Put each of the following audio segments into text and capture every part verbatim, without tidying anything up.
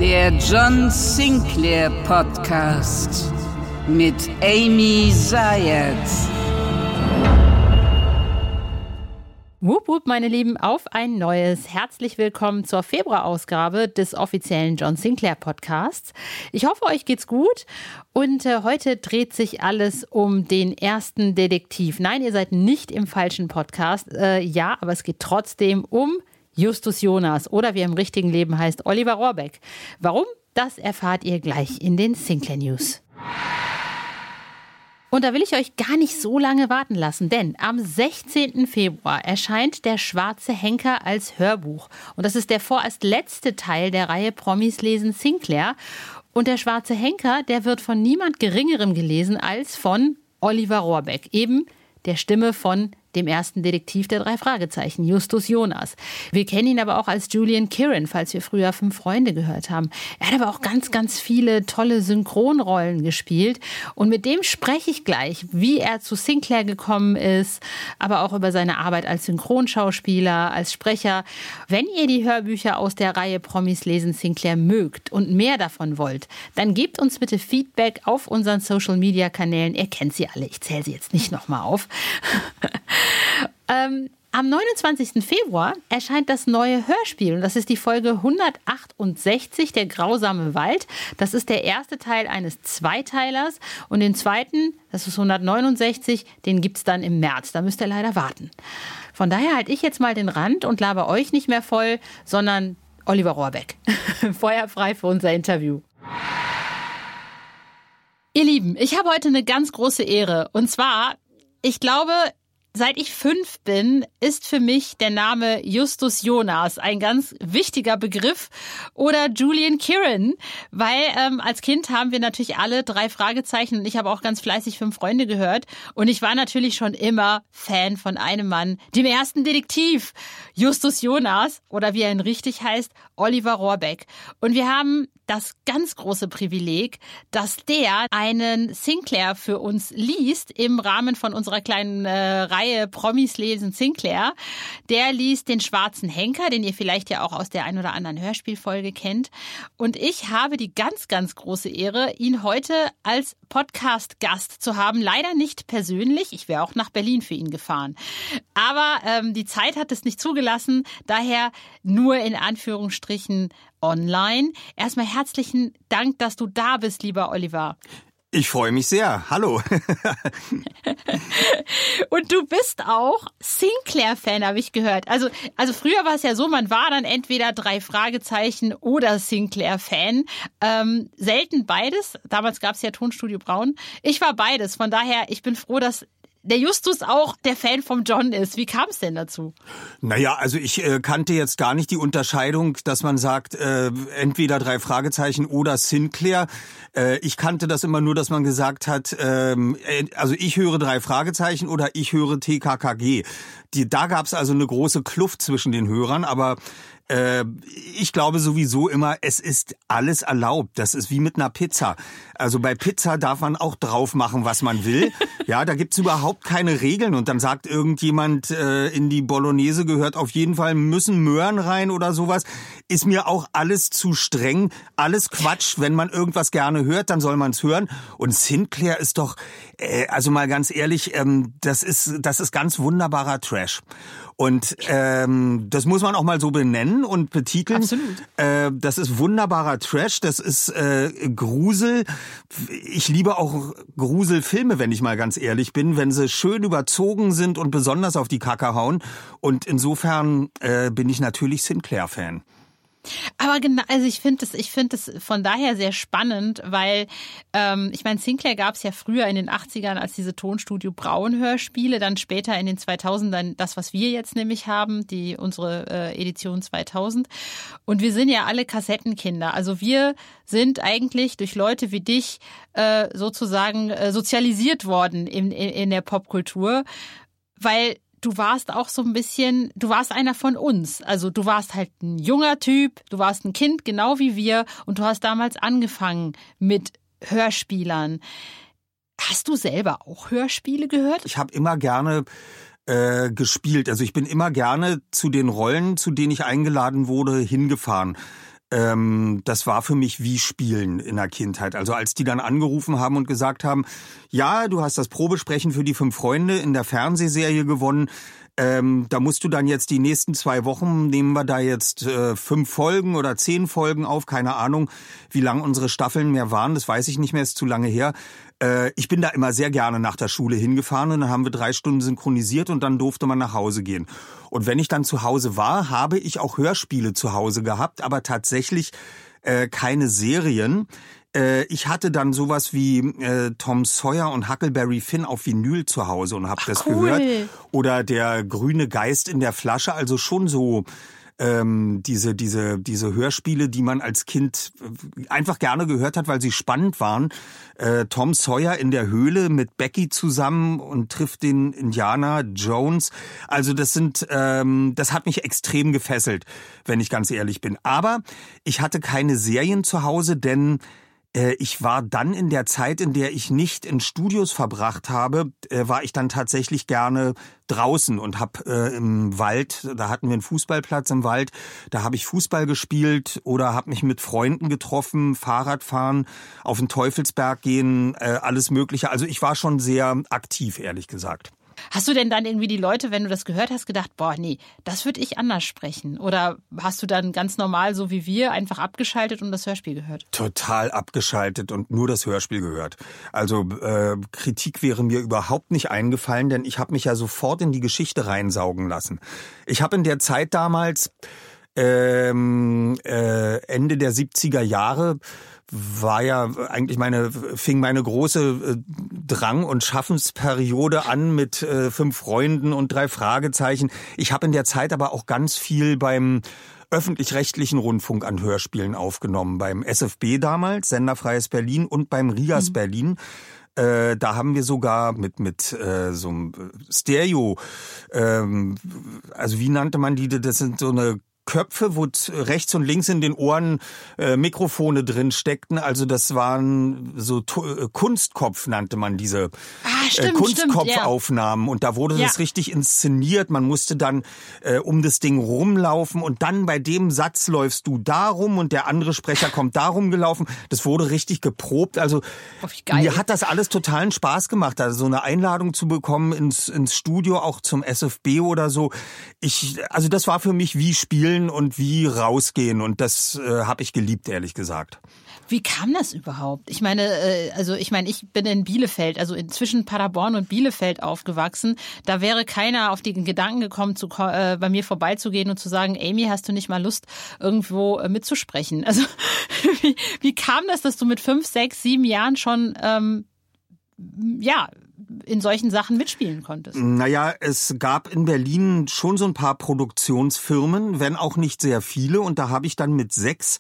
Der John Sinclair Podcast mit Amy Zayat. Wupp, wupp, meine Lieben, auf ein neues. Herzlich willkommen zur Februarausgabe des offiziellen John Sinclair Podcasts. Ich hoffe, euch geht's gut und äh, heute dreht sich alles um den ersten Detektiv. Nein, ihr seid nicht im falschen Podcast. Äh, ja, aber es geht trotzdem um Justus Jonas oder wie er im richtigen Leben heißt, Oliver Rohrbeck. Warum? Das erfahrt ihr gleich in den Sinclair News. Und da will ich euch gar nicht so lange warten lassen, denn am sechzehnten Februar erscheint Der schwarze Henker als Hörbuch. Und das ist der vorerst letzte Teil der Reihe Promis lesen Sinclair. Und Der schwarze Henker, der wird von niemand Geringerem gelesen als von Oliver Rohrbeck, eben der Stimme von dem ersten Detektiv der drei Fragezeichen, Justus Jonas. Wir kennen ihn aber auch als Julian Kieran, falls wir früher Fünf Freunde gehört haben. Er hat aber auch ganz, ganz viele tolle Synchronrollen gespielt. Und mit dem spreche ich gleich, wie er zu Sinclair gekommen ist, aber auch über seine Arbeit als Synchronschauspieler, als Sprecher. Wenn ihr die Hörbücher aus der Reihe Promis lesen Sinclair mögt und mehr davon wollt, dann gebt uns bitte Feedback auf unseren Social-Media-Kanälen. Ihr kennt sie alle, ich zähle sie jetzt nicht nochmal auf. Ähm, am neunundzwanzigsten Februar erscheint das neue Hörspiel und das ist die Folge hundertachtundsechzig, Der grausame Wald. Das ist der erste Teil eines Zweiteilers und den zweiten, das ist hundertneunundsechzig, den gibt es dann im März. Da müsst ihr leider warten. Von daher halte ich jetzt mal den Rand und laber euch nicht mehr voll, sondern Oliver Rohrbeck. Feuerfrei für unser Interview. Ihr Lieben, ich habe heute eine ganz große Ehre und zwar, ich glaube, seit ich fünf bin, ist für mich der Name Justus Jonas ein ganz wichtiger Begriff oder Julian Kieran, weil ähm, als Kind haben wir natürlich alle drei Fragezeichen und ich habe auch ganz fleißig Fünf Freunde gehört und ich war natürlich schon immer Fan von einem Mann, dem ersten Detektiv, Justus Jonas oder wie er ihn richtig heißt, Oliver Rohrbeck. Und wir haben das ganz große Privileg, dass der einen Sinclair für uns liest im Rahmen von unserer kleinen äh, Reihe Promis lesen Sinclair. Der liest Den schwarzen Henker, den ihr vielleicht ja auch aus der ein oder anderen Hörspielfolge kennt. Und ich habe die ganz, ganz große Ehre, ihn heute als Podcast-Gast zu haben. Leider nicht persönlich. Ich wäre auch nach Berlin für ihn gefahren. Aber ähm, die Zeit hat es nicht zugelassen. Daher nur in Anführungsstrichen online. Erstmal herzlichen Dank, dass du da bist, lieber Oliver. Ich freue mich sehr. Hallo. Und du bist auch Sinclair-Fan, habe ich gehört. Also, also früher war es ja so, man war dann entweder drei Fragezeichen oder Sinclair-Fan. Ähm, selten beides. Damals gab es ja Tonstudio Braun. Ich war beides. Von daher, ich bin froh, dass der Justus auch der Fan vom John ist. Wie kam es denn dazu? Naja, also ich äh, kannte jetzt gar nicht die Unterscheidung, dass man sagt, äh, entweder drei Fragezeichen oder Sinclair. Äh, ich kannte das immer nur, dass man gesagt hat, ähm, also ich höre drei Fragezeichen oder ich höre T K K G. Die, da gab es also eine große Kluft zwischen den Hörern, aber äh, ich glaube sowieso immer, es ist alles erlaubt. Das ist wie mit einer Pizza. Also bei Pizza darf man auch drauf machen, was man will. Ja, da gibt's überhaupt keine Regeln. Und dann sagt irgendjemand, äh, in die Bolognese gehört auf jeden Fall, müssen Möhren rein oder sowas. Ist mir auch alles zu streng. Alles Quatsch. Wenn man irgendwas gerne hört, dann soll man's hören. Und Sinclair ist doch, äh, also mal ganz ehrlich, ähm, das ist, das ist ganz wunderbarer Trash. Und ähm, das muss man auch mal so benennen und betiteln. Absolut. Äh, das ist wunderbarer Trash, das ist äh, Grusel. Ich liebe auch Gruselfilme, wenn ich mal ganz ehrlich bin, wenn sie schön überzogen sind und besonders auf die Kacke hauen. Und insofern äh, bin ich natürlich Sinclair-Fan. Aber genau, also ich finde das, ich finde das von daher sehr spannend, weil ähm, ich meine, Sinclair gab es ja früher in den achtzigern als diese Tonstudio Braun Hörspiele, dann später in den zweitausendern das, was wir jetzt nämlich haben, die unsere äh, Edition zweitausend. Und wir sind ja alle Kassettenkinder. Also wir sind eigentlich durch Leute wie dich äh, sozusagen äh, sozialisiert worden in, in, in der Popkultur, weil du warst auch so ein bisschen, du warst einer von uns. Also du warst halt ein junger Typ, du warst ein Kind, genau wie wir. Und du hast damals angefangen mit Hörspielern. Hast du selber auch Hörspiele gehört? Ich habe immer gerne äh, gespielt. Also ich bin immer gerne zu den Rollen, zu denen ich eingeladen wurde, hingefahren. ähm, das war für mich wie Spielen in der Kindheit. Also als die dann angerufen haben und gesagt haben, ja, du hast das Probesprechen für die fünf Freunde in der Fernsehserie gewonnen, Ähm, da musst du dann jetzt die nächsten zwei Wochen, nehmen wir da jetzt äh, fünf Folgen oder zehn Folgen auf, keine Ahnung, wie lang unsere Staffeln mehr waren, das weiß ich nicht mehr, ist zu lange her. Äh, ich bin da immer sehr gerne nach der Schule hingefahren und dann haben wir drei Stunden synchronisiert und dann durfte man nach Hause gehen. Und wenn ich dann zu Hause war, habe ich auch Hörspiele zu Hause gehabt, aber tatsächlich äh, keine Serien. Ich hatte dann sowas wie äh, Tom Sawyer und Huckleberry Finn auf Vinyl zu Hause und habe das cool. gehört. Oder der grüne Geist in der Flasche, also schon so ähm, diese diese diese Hörspiele, die man als Kind einfach gerne gehört hat, weil sie spannend waren. Äh, Tom Sawyer in der Höhle mit Becky zusammen und trifft den Indianer Jones. Also das sind, ähm, das hat mich extrem gefesselt, wenn ich ganz ehrlich bin. Aber ich hatte keine Serien zu Hause, denn ich war dann in der Zeit, in der ich nicht in Studios verbracht habe, war ich dann tatsächlich gerne draußen und habe äh, im Wald, da hatten wir einen Fußballplatz im Wald, da habe ich Fußball gespielt oder habe mich mit Freunden getroffen, Fahrradfahren, auf den Teufelsberg gehen, äh, alles Mögliche. Also ich war schon sehr aktiv, ehrlich gesagt. Hast du denn dann irgendwie die Leute, wenn du das gehört hast, gedacht, boah, nee, das würde ich anders sprechen? Oder hast du dann ganz normal, so wie wir, einfach abgeschaltet und das Hörspiel gehört? Total abgeschaltet und nur das Hörspiel gehört. Also äh, Kritik wäre mir überhaupt nicht eingefallen, denn ich habe mich ja sofort in die Geschichte reinsaugen lassen. Ich habe in der Zeit damals, ähm, äh, Ende der siebziger Jahre, war ja eigentlich meine, fing meine große äh, Drang- und Schaffensperiode an mit äh, fünf Freunden und drei Fragezeichen. Ich habe in der Zeit aber auch ganz viel beim öffentlich-rechtlichen Rundfunk an Hörspielen aufgenommen. Beim S F B damals, Senderfreies Berlin, und beim Rias mhm. Berlin. Äh, da haben wir sogar mit mit äh, so einem Stereo, ähm, also wie nannte man die, das sind so eine Köpfe, wo rechts und links in den Ohren äh, Mikrofone drin steckten. Also das waren so to- Kunstkopf, nannte man diese ah, stimmt, äh, Kunstkopfaufnahmen. Ja. Und da wurde ja. das richtig inszeniert. Man musste dann äh, um das Ding rumlaufen und dann bei dem Satz läufst du da rum und der andere Sprecher kommt da rumgelaufen. Das wurde richtig geprobt. Also oh, geil. Mir hat das alles totalen Spaß gemacht. Also so eine Einladung zu bekommen ins, ins Studio, auch zum S F B oder so. Ich, also das war für mich wie Spielen und wie rausgehen, und das äh, habe ich geliebt, ehrlich gesagt. Wie kam das überhaupt? Ich meine, äh, also ich meine, ich bin in Bielefeld, also zwischen Paderborn und Bielefeld aufgewachsen. Da wäre keiner auf den Gedanken gekommen, zu, äh, bei mir vorbeizugehen und zu sagen, Amy, hast du nicht mal Lust, irgendwo äh, mitzusprechen? Also wie, wie kam das, dass du mit fünf, sechs, sieben Jahren schon ähm, ja in solchen Sachen mitspielen konntest? Naja, es gab in Berlin schon so ein paar Produktionsfirmen, wenn auch nicht sehr viele. Und da habe ich dann mit sechs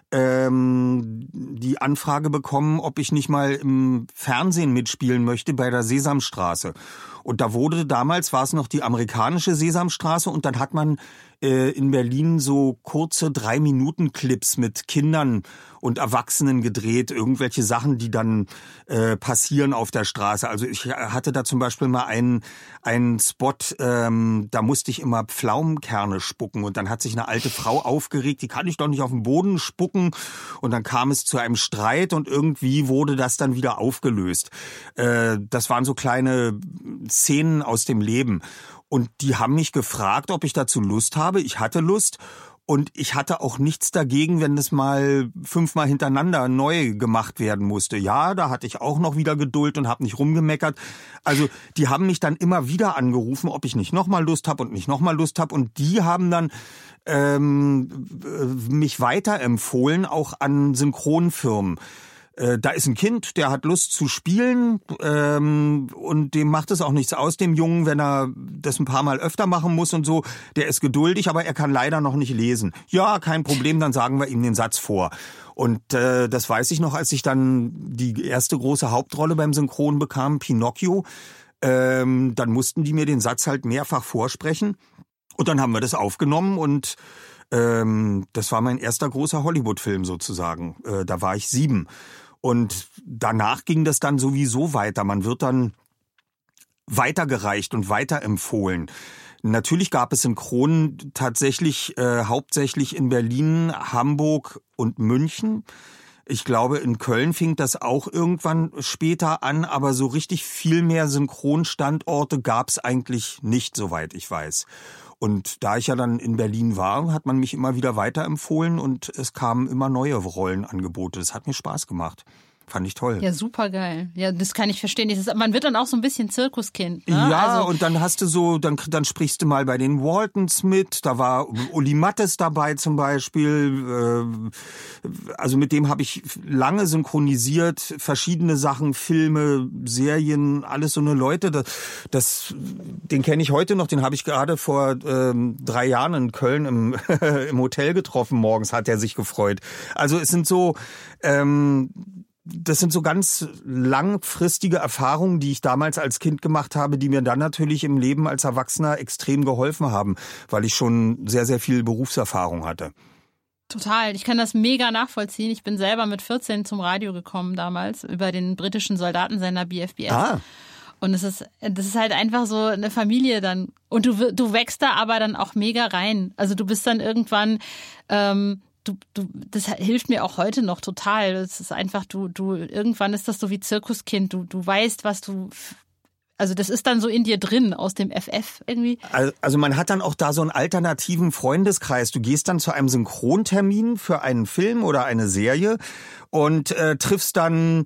ähm, die Anfrage bekommen, ob ich nicht mal im Fernsehen mitspielen möchte bei der Sesamstraße. Und da wurde damals, war es noch die amerikanische Sesamstraße, und dann hat man äh, in Berlin so kurze Drei-Minuten-Clips mit Kindern und Erwachsenen gedreht, irgendwelche Sachen, die dann äh, passieren auf der Straße. Also ich hatte da zum Beispiel mal einen, einen Spot, ähm, da musste ich immer Pflaumenkerne spucken, und dann hat sich eine alte Frau aufgeregt, die kann ich doch nicht auf den Boden spucken, und dann kam es zu einem Streit und irgendwie wurde das dann wieder aufgelöst. Äh, das waren so kleine Szenen aus dem Leben, und die haben mich gefragt, ob ich dazu Lust habe. Ich hatte Lust. Und ich hatte auch nichts dagegen, wenn das mal fünfmal hintereinander neu gemacht werden musste. Ja, da hatte ich auch noch wieder Geduld und habe nicht rumgemeckert. Also die haben mich dann immer wieder angerufen, ob ich nicht nochmal Lust habe und nicht nochmal Lust habe. Und die haben dann ähm, mich weiterempfohlen, auch an Synchronfirmen. Da ist ein Kind, der hat Lust zu spielen, ähm, und dem macht es auch nichts aus, dem Jungen, wenn er das ein paar Mal öfter machen muss und so. Der ist geduldig, aber er kann leider noch nicht lesen. Ja, kein Problem, dann sagen wir ihm den Satz vor. Und äh, das weiß ich noch, als ich dann die erste große Hauptrolle beim Synchron bekam, Pinocchio. Ähm, dann mussten die mir den Satz halt mehrfach vorsprechen. Und dann haben wir das aufgenommen, und ähm, das war mein erster großer Hollywood-Film sozusagen. Äh, da war ich sieben. Und danach ging das dann sowieso weiter. Man wird dann weitergereicht und weiterempfohlen. Natürlich gab es Synchron tatsächlich äh, hauptsächlich in Berlin, Hamburg und München. Ich glaube, in Köln fing das auch irgendwann später an, aber so richtig viel mehr Synchronstandorte gab es eigentlich nicht, soweit ich weiß. Und da ich ja dann in Berlin war, hat man mich immer wieder weiterempfohlen und es kamen immer neue Rollenangebote. Das hat mir Spaß gemacht. Fand ich toll. Ja, super geil. Ja, das kann ich verstehen. Das ist, man wird dann auch so ein bisschen Zirkuskind. Ne? Ja, also, und dann hast du so, dann, dann sprichst du mal bei den Waltons mit. Da war Uli Mattes dabei zum Beispiel. Also mit dem habe ich lange synchronisiert. Verschiedene Sachen, Filme, Serien, alles so eine Leute. Das, das den kenne ich heute noch. Den habe ich gerade vor ähm, drei Jahren in Köln im, im Hotel getroffen. Morgens hat er sich gefreut. Also es sind so... Ähm, Das sind so ganz langfristige Erfahrungen, die ich damals als Kind gemacht habe, die mir dann natürlich im Leben als Erwachsener extrem geholfen haben, weil ich schon sehr, sehr viel Berufserfahrung hatte. Total. Ich kann das mega nachvollziehen. Ich bin selber mit vierzehn zum Radio gekommen damals über den britischen Soldatensender B F B S. Ah. Und es ist, das ist halt einfach so eine Familie dann. Und du, du wächst da aber dann auch mega rein. Also du bist dann irgendwann... Ähm, Du, du, das hilft mir auch heute noch total. Es ist einfach, du, du, irgendwann ist das so wie Zirkuskind. Du, du weißt, was du, also das ist dann so in dir drin, aus dem F F irgendwie. Also man hat dann auch da so einen alternativen Freundeskreis. Du gehst dann zu einem Synchrontermin für einen Film oder eine Serie und äh, triffst dann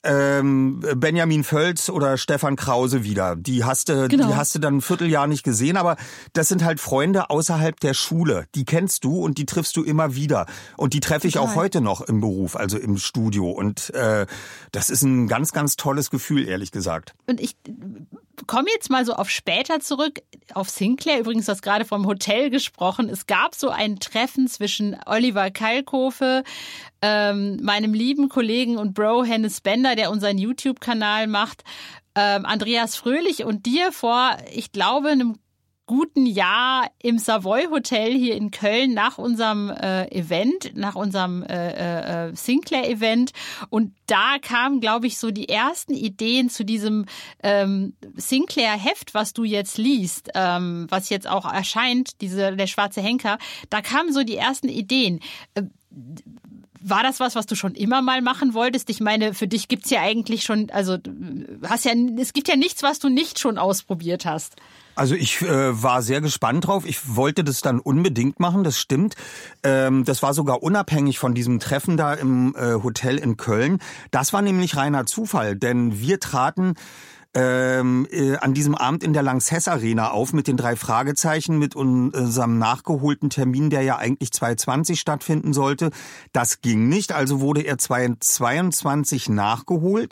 ähm, Benjamin Völz oder Stefan Krause wieder. Die hast du, genau. die hast du dann ein Vierteljahr nicht gesehen, aber das sind halt Freunde außerhalb der Schule. Die kennst du und die triffst du immer wieder. Und die treffe ich Total. auch heute noch im Beruf, also im Studio. Und äh, das ist ein ganz, ganz tolles Gefühl, ehrlich gesagt. Und ich komme jetzt mal so auf später zurück, auf Sinclair. Übrigens, du hast gerade vom Hotel gesprochen. Es gab so ein Treffen zwischen Oliver Kalkofe, ähm, meinem lieben Kollegen und Bro Hennes Bender, der unseren YouTube-Kanal macht, ähm, Andreas Fröhlich und dir vor, ich glaube, einem guten Jahr im Savoy Hotel hier in Köln nach unserem äh, Event, nach unserem äh, äh, Sinclair-Event. Und da kamen, glaube ich, so die ersten Ideen zu diesem ähm, Sinclair-Heft, was du jetzt liest, ähm, was jetzt auch erscheint, diese der Schwarze Henker. Da kamen so die ersten Ideen. Äh, War das was, was du schon immer mal machen wolltest? Ich meine, für dich gibt's ja eigentlich schon, also hast ja, es gibt ja nichts, was du nicht schon ausprobiert hast. Also ich äh, war sehr gespannt drauf. Ich wollte das dann unbedingt machen, das stimmt. Ähm, das war sogar unabhängig von diesem Treffen da im äh, Hotel in Köln. Das war nämlich reiner Zufall, denn wir traten Ähm, äh, an diesem Abend in der Lanxess Arena auf mit den drei Fragezeichen, mit unserem nachgeholten Termin, der ja eigentlich zwanzig zwanzig stattfinden sollte. Das ging nicht, also wurde er zwanzig zweiundzwanzig nachgeholt.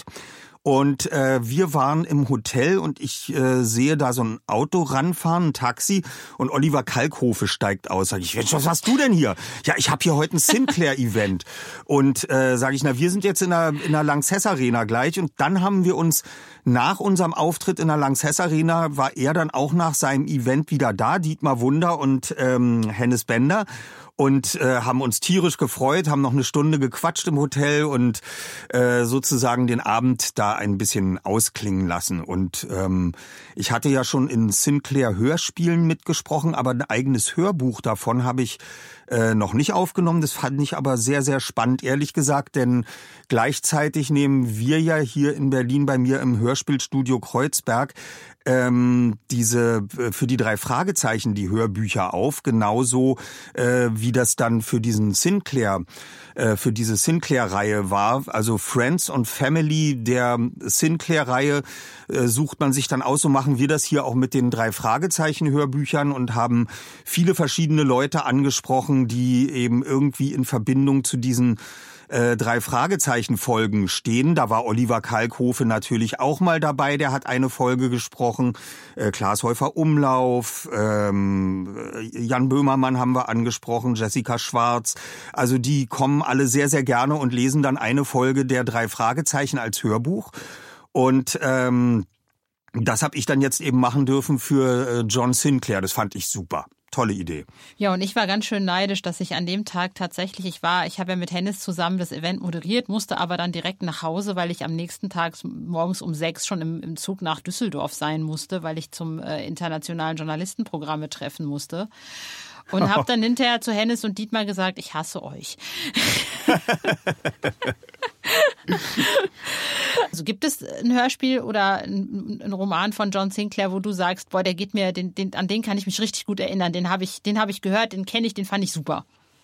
Und äh, wir waren im Hotel und ich äh, sehe da so ein Auto ranfahren, ein Taxi, und Oliver Kalkofe steigt aus. Sag ich, was hast du denn hier? Ja, ich habe hier heute ein Sinclair-Event. Und äh, sage ich, na, wir sind jetzt in der, in der Lanxess Arena gleich. Und dann haben wir uns nach unserem Auftritt in der Lanxess Arena, war er dann auch nach seinem Event wieder da, Dietmar Wunder und ähm, Hennes Bender. Und äh, haben uns tierisch gefreut, haben noch eine Stunde gequatscht im Hotel und äh, sozusagen den Abend da ein bisschen ausklingen lassen. Und ähm, ich hatte ja schon in Sinclair Hörspielen mitgesprochen, aber ein eigenes Hörbuch davon habe ich äh, noch nicht aufgenommen. Das fand ich aber sehr, sehr spannend, ehrlich gesagt, denn gleichzeitig nehmen wir ja hier in Berlin bei mir im Hörspielstudio Kreuzberg ähm, diese für die drei Fragezeichen die Hörbücher auf, genauso äh, wie das dann für diesen Sinclair, äh, für diese Sinclair-Reihe war. Also Friends und Family der Sinclair-Reihe äh, sucht man sich dann aus. So machen wir das hier auch mit den drei Fragezeichen Hörbüchern und haben viele verschiedene Leute angesprochen, die eben irgendwie in Verbindung zu diesen Äh, drei Fragezeichen-Folgen stehen. Da war Oliver Kalkofe natürlich auch mal dabei, der hat eine Folge gesprochen. Äh, Klaas Häufer Umlauf, ähm, Jan Böhmermann haben wir angesprochen, Jessica Schwarz. Also die kommen alle sehr, sehr gerne und lesen dann eine Folge der drei Fragezeichen als Hörbuch. Und ähm, das habe ich dann jetzt eben machen dürfen für äh, John Sinclair. Das fand ich super. tolle Idee. Ja, und ich war ganz schön neidisch, dass ich an dem Tag tatsächlich, ich war, ich habe ja mit Hennes zusammen das Event moderiert, musste aber dann direkt nach Hause, weil ich am nächsten Tag morgens um sechs schon im, im Zug nach Düsseldorf sein musste, weil ich zum äh, internationalen Journalistenprogramme treffen musste. Und habe dann hinterher zu Hennes und Dietmar gesagt, ich hasse euch. Also gibt es ein Hörspiel oder ein, ein Roman von John Sinclair, wo du sagst, boah, der geht mir, den, den, an den kann ich mich richtig gut erinnern, den habe ich, den habe ich gehört, den kenne ich, den fand ich super.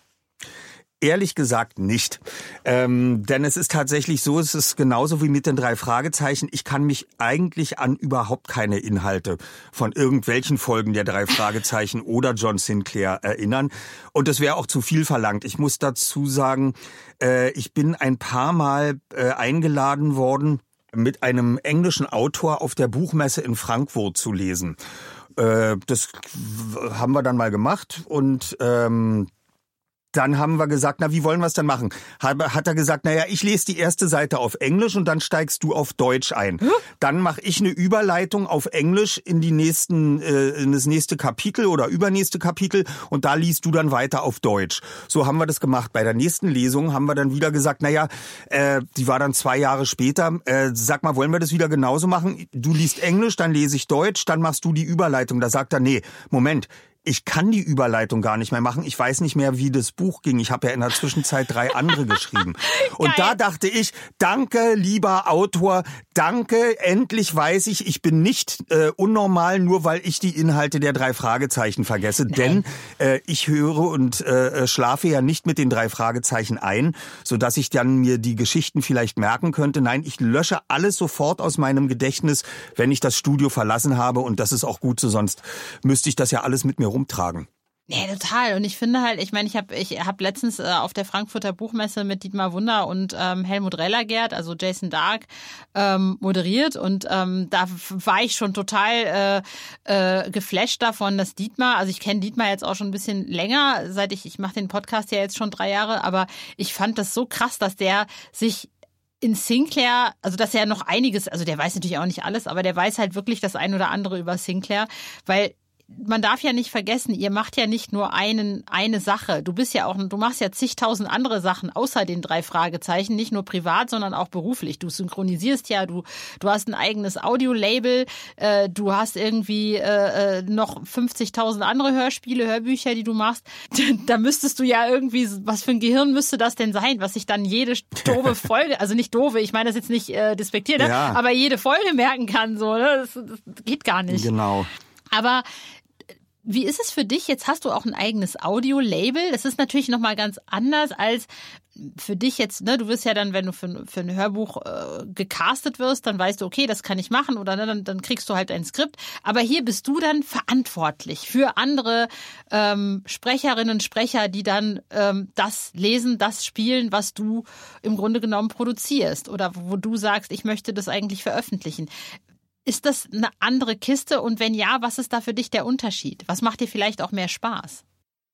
Ehrlich gesagt nicht. Ähm, denn es ist tatsächlich so, es ist genauso wie mit den drei Fragezeichen. Ich kann mich eigentlich an überhaupt keine Inhalte von irgendwelchen Folgen der drei Fragezeichen oder John Sinclair erinnern. Und das wäre auch zu viel verlangt. Ich muss dazu sagen, äh, ich bin ein paar Mal äh, eingeladen worden, mit einem englischen Autor auf der Buchmesse in Frankfurt zu lesen. Äh, das haben wir dann mal gemacht und ähm, dann haben wir gesagt, na, wie wollen wir es denn machen? Hat er gesagt, naja, ich lese die erste Seite auf Englisch und dann steigst du auf Deutsch ein. Hm? Dann mache ich eine Überleitung auf Englisch in die nächsten, äh, in das nächste Kapitel oder übernächste Kapitel und da liest du dann weiter auf Deutsch. So haben wir das gemacht. Bei der nächsten Lesung haben wir dann wieder gesagt, naja, äh, die war dann zwei Jahre später, äh, sag mal, wollen wir das wieder genauso machen? Du liest Englisch, dann lese ich Deutsch, dann machst du die Überleitung. Da sagt er, nee, Moment, ich kann die Überleitung gar nicht mehr machen. Ich weiß nicht mehr, wie das Buch ging. Ich habe ja in der Zwischenzeit drei andere geschrieben. Und da dachte ich, danke, lieber Autor, danke, endlich weiß ich, ich bin nicht äh, unnormal, nur weil ich die Inhalte der drei Fragezeichen vergesse. Nein. Denn äh, ich höre und äh, schlafe ja nicht mit den drei Fragezeichen ein, sodass ich dann mir die Geschichten vielleicht merken könnte. Nein, ich lösche alles sofort aus meinem Gedächtnis, wenn ich das Studio verlassen habe. Und das ist auch gut so, sonst müsste ich das ja alles mit mir rumtragen. Nee, total. Und ich finde halt, ich meine, ich habe ich hab letztens äh, auf der Frankfurter Buchmesse mit Dietmar Wunder und ähm, Helmut Rellergert, also Jason Dark, ähm, moderiert. Und ähm, da war ich schon total äh, äh, geflasht davon, dass Dietmar, also ich kenne Dietmar jetzt auch schon ein bisschen länger, seit ich, ich mache den Podcast ja jetzt schon drei Jahre, aber ich fand das so krass, dass der sich in Sinclair, also dass er noch einiges, also der weiß natürlich auch nicht alles, aber der weiß halt wirklich das ein oder andere über Sinclair, weil man darf ja nicht vergessen, ihr macht ja nicht nur einen, eine Sache. Du bist ja auch, du machst ja zigtausend andere Sachen außer den drei Fragezeichen, nicht nur privat, sondern auch beruflich. Du synchronisierst ja, du, du hast ein eigenes Audio-Label, äh, du hast irgendwie äh, noch fünfzigtausend andere Hörspiele, Hörbücher, die du machst. Da müsstest du ja irgendwie, was für ein Gehirn müsste das denn sein, was sich dann jede doofe Folge, also nicht doofe, ich meine das jetzt nicht äh, despektiert, ja. aber jede Folge merken kann, so, ne? das, das geht gar nicht. Genau. Aber wie ist es für dich? Jetzt hast du auch ein eigenes Audio-Label. Das ist natürlich nochmal ganz anders als für dich jetzt, ne? Du wirst ja dann, wenn du für, für ein Hörbuch äh, gecastet wirst, dann weißt du, okay, das kann ich machen oder ne, dann, dann kriegst du halt ein Skript. Aber hier bist du dann verantwortlich für andere ähm, Sprecherinnen und Sprecher, die dann ähm, das lesen, das spielen, was du im Grunde genommen produzierst oder wo du sagst, ich möchte das eigentlich veröffentlichen. Ist das eine andere Kiste? Und wenn ja, was ist da für dich der Unterschied? Was macht dir vielleicht auch mehr Spaß?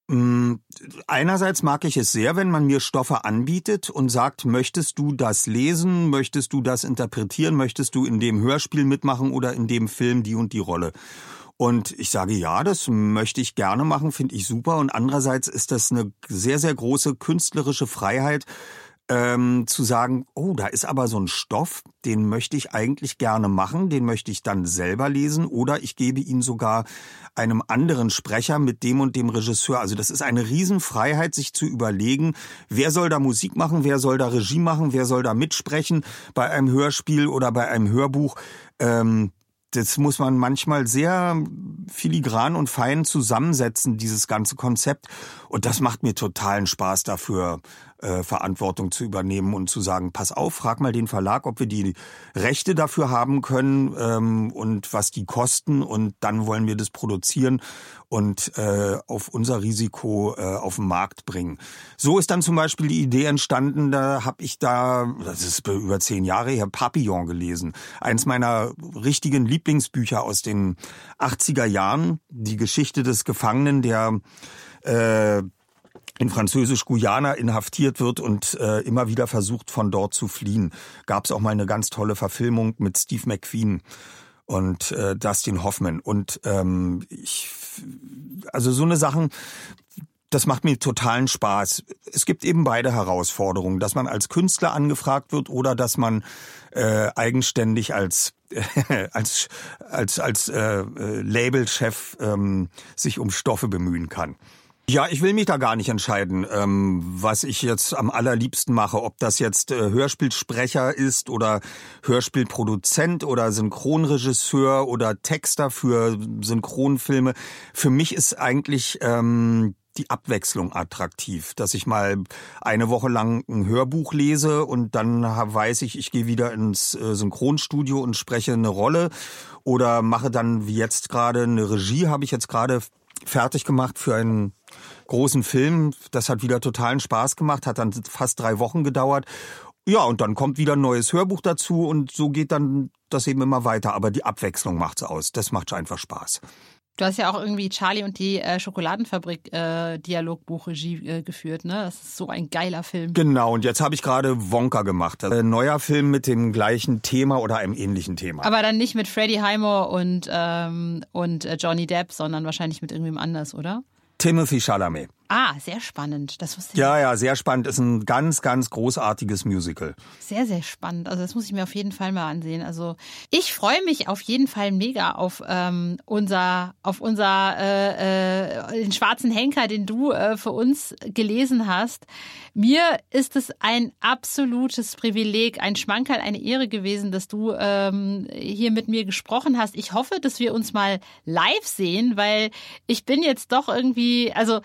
Einerseits mag ich es sehr, wenn man mir Stoffe anbietet und sagt, möchtest du das lesen, möchtest du das interpretieren, möchtest du in dem Hörspiel mitmachen oder in dem Film die und die Rolle. Und ich sage, ja, das möchte ich gerne machen, finde ich super. Und andererseits ist das eine sehr, sehr große künstlerische Freiheit, Ähm, zu sagen, oh, da ist aber so ein Stoff, den möchte ich eigentlich gerne machen, den möchte ich dann selber lesen oder ich gebe ihn sogar einem anderen Sprecher mit dem und dem Regisseur. Also das ist eine Riesenfreiheit, sich zu überlegen, wer soll da Musik machen, wer soll da Regie machen, wer soll da mitsprechen bei einem Hörspiel oder bei einem Hörbuch. Ähm, Das muss man manchmal sehr filigran und fein zusammensetzen, dieses ganze Konzept. Und das macht mir totalen Spaß dafür, äh, Verantwortung zu übernehmen und zu sagen, pass auf, frag mal den Verlag, ob wir die Rechte dafür haben können ähm, und was die kosten. Und dann wollen wir das produzieren und äh, auf unser Risiko äh, auf den Markt bringen. So ist dann zum Beispiel die Idee entstanden, da habe ich da, das ist über zehn Jahre her, Papillon gelesen. Eins meiner richtigen Lieblingsbücher aus den achtziger Jahren, die Geschichte des Gefangenen, der äh, in Französisch-Guyana inhaftiert wird und äh, immer wieder versucht, von dort zu fliehen. Gab es auch mal eine ganz tolle Verfilmung mit Steve McQueen. und äh, Dustin Hoffman. Und ähm, ich, also so eine Sachen, das macht mir totalen Spaß. Es gibt eben beide Herausforderungen, dass man als Künstler angefragt wird oder dass man äh, eigenständig als als als als äh, Labelchef ähm, sich um Stoffe bemühen kann. Ja, ich will mich da gar nicht entscheiden, ähm, was ich jetzt am allerliebsten mache, ob das jetzt äh, Hörspielsprecher ist oder Hörspielproduzent oder Synchronregisseur oder Texter für Synchronfilme. Für mich ist eigentlich ähm, die Abwechslung attraktiv, dass ich mal eine Woche lang ein Hörbuch lese und dann weiß ich, ich gehe wieder ins Synchronstudio und spreche eine Rolle oder mache dann wie jetzt gerade eine Regie, habe ich jetzt gerade fertig gemacht für einen großen Film. Das hat wieder totalen Spaß gemacht, hat dann fast drei Wochen gedauert. Ja, und dann kommt wieder ein neues Hörbuch dazu und so geht dann das eben immer weiter. Aber die Abwechslung macht's aus. Das macht einfach Spaß. Du hast ja auch irgendwie Charlie und die äh, Schokoladenfabrik äh, Dialogbuchregie äh, geführt, ne? Das ist so ein geiler Film. Genau, und jetzt habe ich gerade Wonka gemacht. Ein neuer Film mit dem gleichen Thema oder einem ähnlichen Thema. Aber dann nicht mit Freddie Highmore und, ähm, und äh, Johnny Depp, sondern wahrscheinlich mit irgendwem anders, oder? Timothy Chalamet. Ah, sehr spannend. Das wusste ich Ja, nicht. ja, sehr spannend. Ist ein ganz, ganz großartiges Musical. Sehr, sehr spannend. Also das muss ich mir auf jeden Fall mal ansehen. Also ich freue mich auf jeden Fall mega auf ähm, unser, auf unser äh, äh, den schwarzen Henker, den du äh, für uns gelesen hast. Mir ist es ein absolutes Privileg, ein Schmankerl, eine Ehre gewesen, dass du ähm, hier mit mir gesprochen hast. Ich hoffe, dass wir uns mal live sehen, weil ich bin jetzt doch irgendwie, also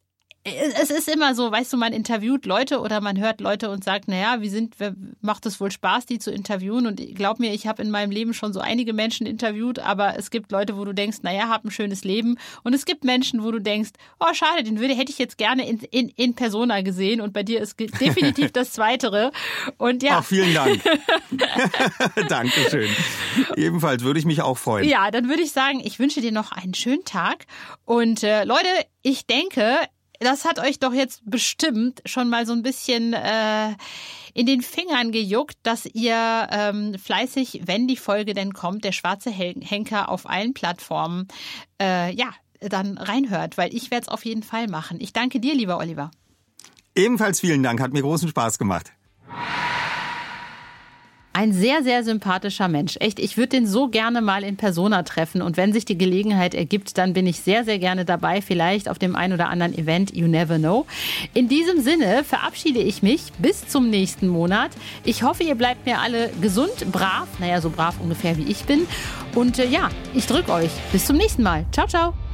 es ist immer so, weißt du, man interviewt Leute oder man hört Leute und sagt, naja, wie sind, macht es wohl Spaß, die zu interviewen? Und glaub mir, ich habe in meinem Leben schon so einige Menschen interviewt, aber es gibt Leute, wo du denkst, naja, hab ein schönes Leben. Und es gibt Menschen, wo du denkst, oh schade, den würde, hätte ich jetzt gerne in, in, in Persona gesehen. Und bei dir ist definitiv das Zweitere. Und ja. Ach, vielen Dank. Dankeschön. Ebenfalls würde ich mich auch freuen. Ja, dann würde ich sagen, ich wünsche dir noch einen schönen Tag. Und äh, Leute, ich denke, das hat euch doch jetzt bestimmt schon mal so ein bisschen äh, in den Fingern gejuckt, dass ihr ähm, fleißig, wenn die Folge denn kommt, der schwarze Henker auf allen Plattformen, äh, ja, dann reinhört, weil ich werde es auf jeden Fall machen. Ich danke dir, lieber Oliver. Ebenfalls vielen Dank, hat mir großen Spaß gemacht. Ein sehr, sehr sympathischer Mensch. Echt, ich würde den so gerne mal in Persona treffen. Und wenn sich die Gelegenheit ergibt, dann bin ich sehr, sehr gerne dabei. Vielleicht auf dem ein oder anderen Event. You never know. In diesem Sinne verabschiede ich mich bis zum nächsten Monat. Ich hoffe, ihr bleibt mir alle gesund, brav. Naja, so brav ungefähr wie ich bin. Und äh, ja, ich drücke euch. Bis zum nächsten Mal. Ciao, ciao.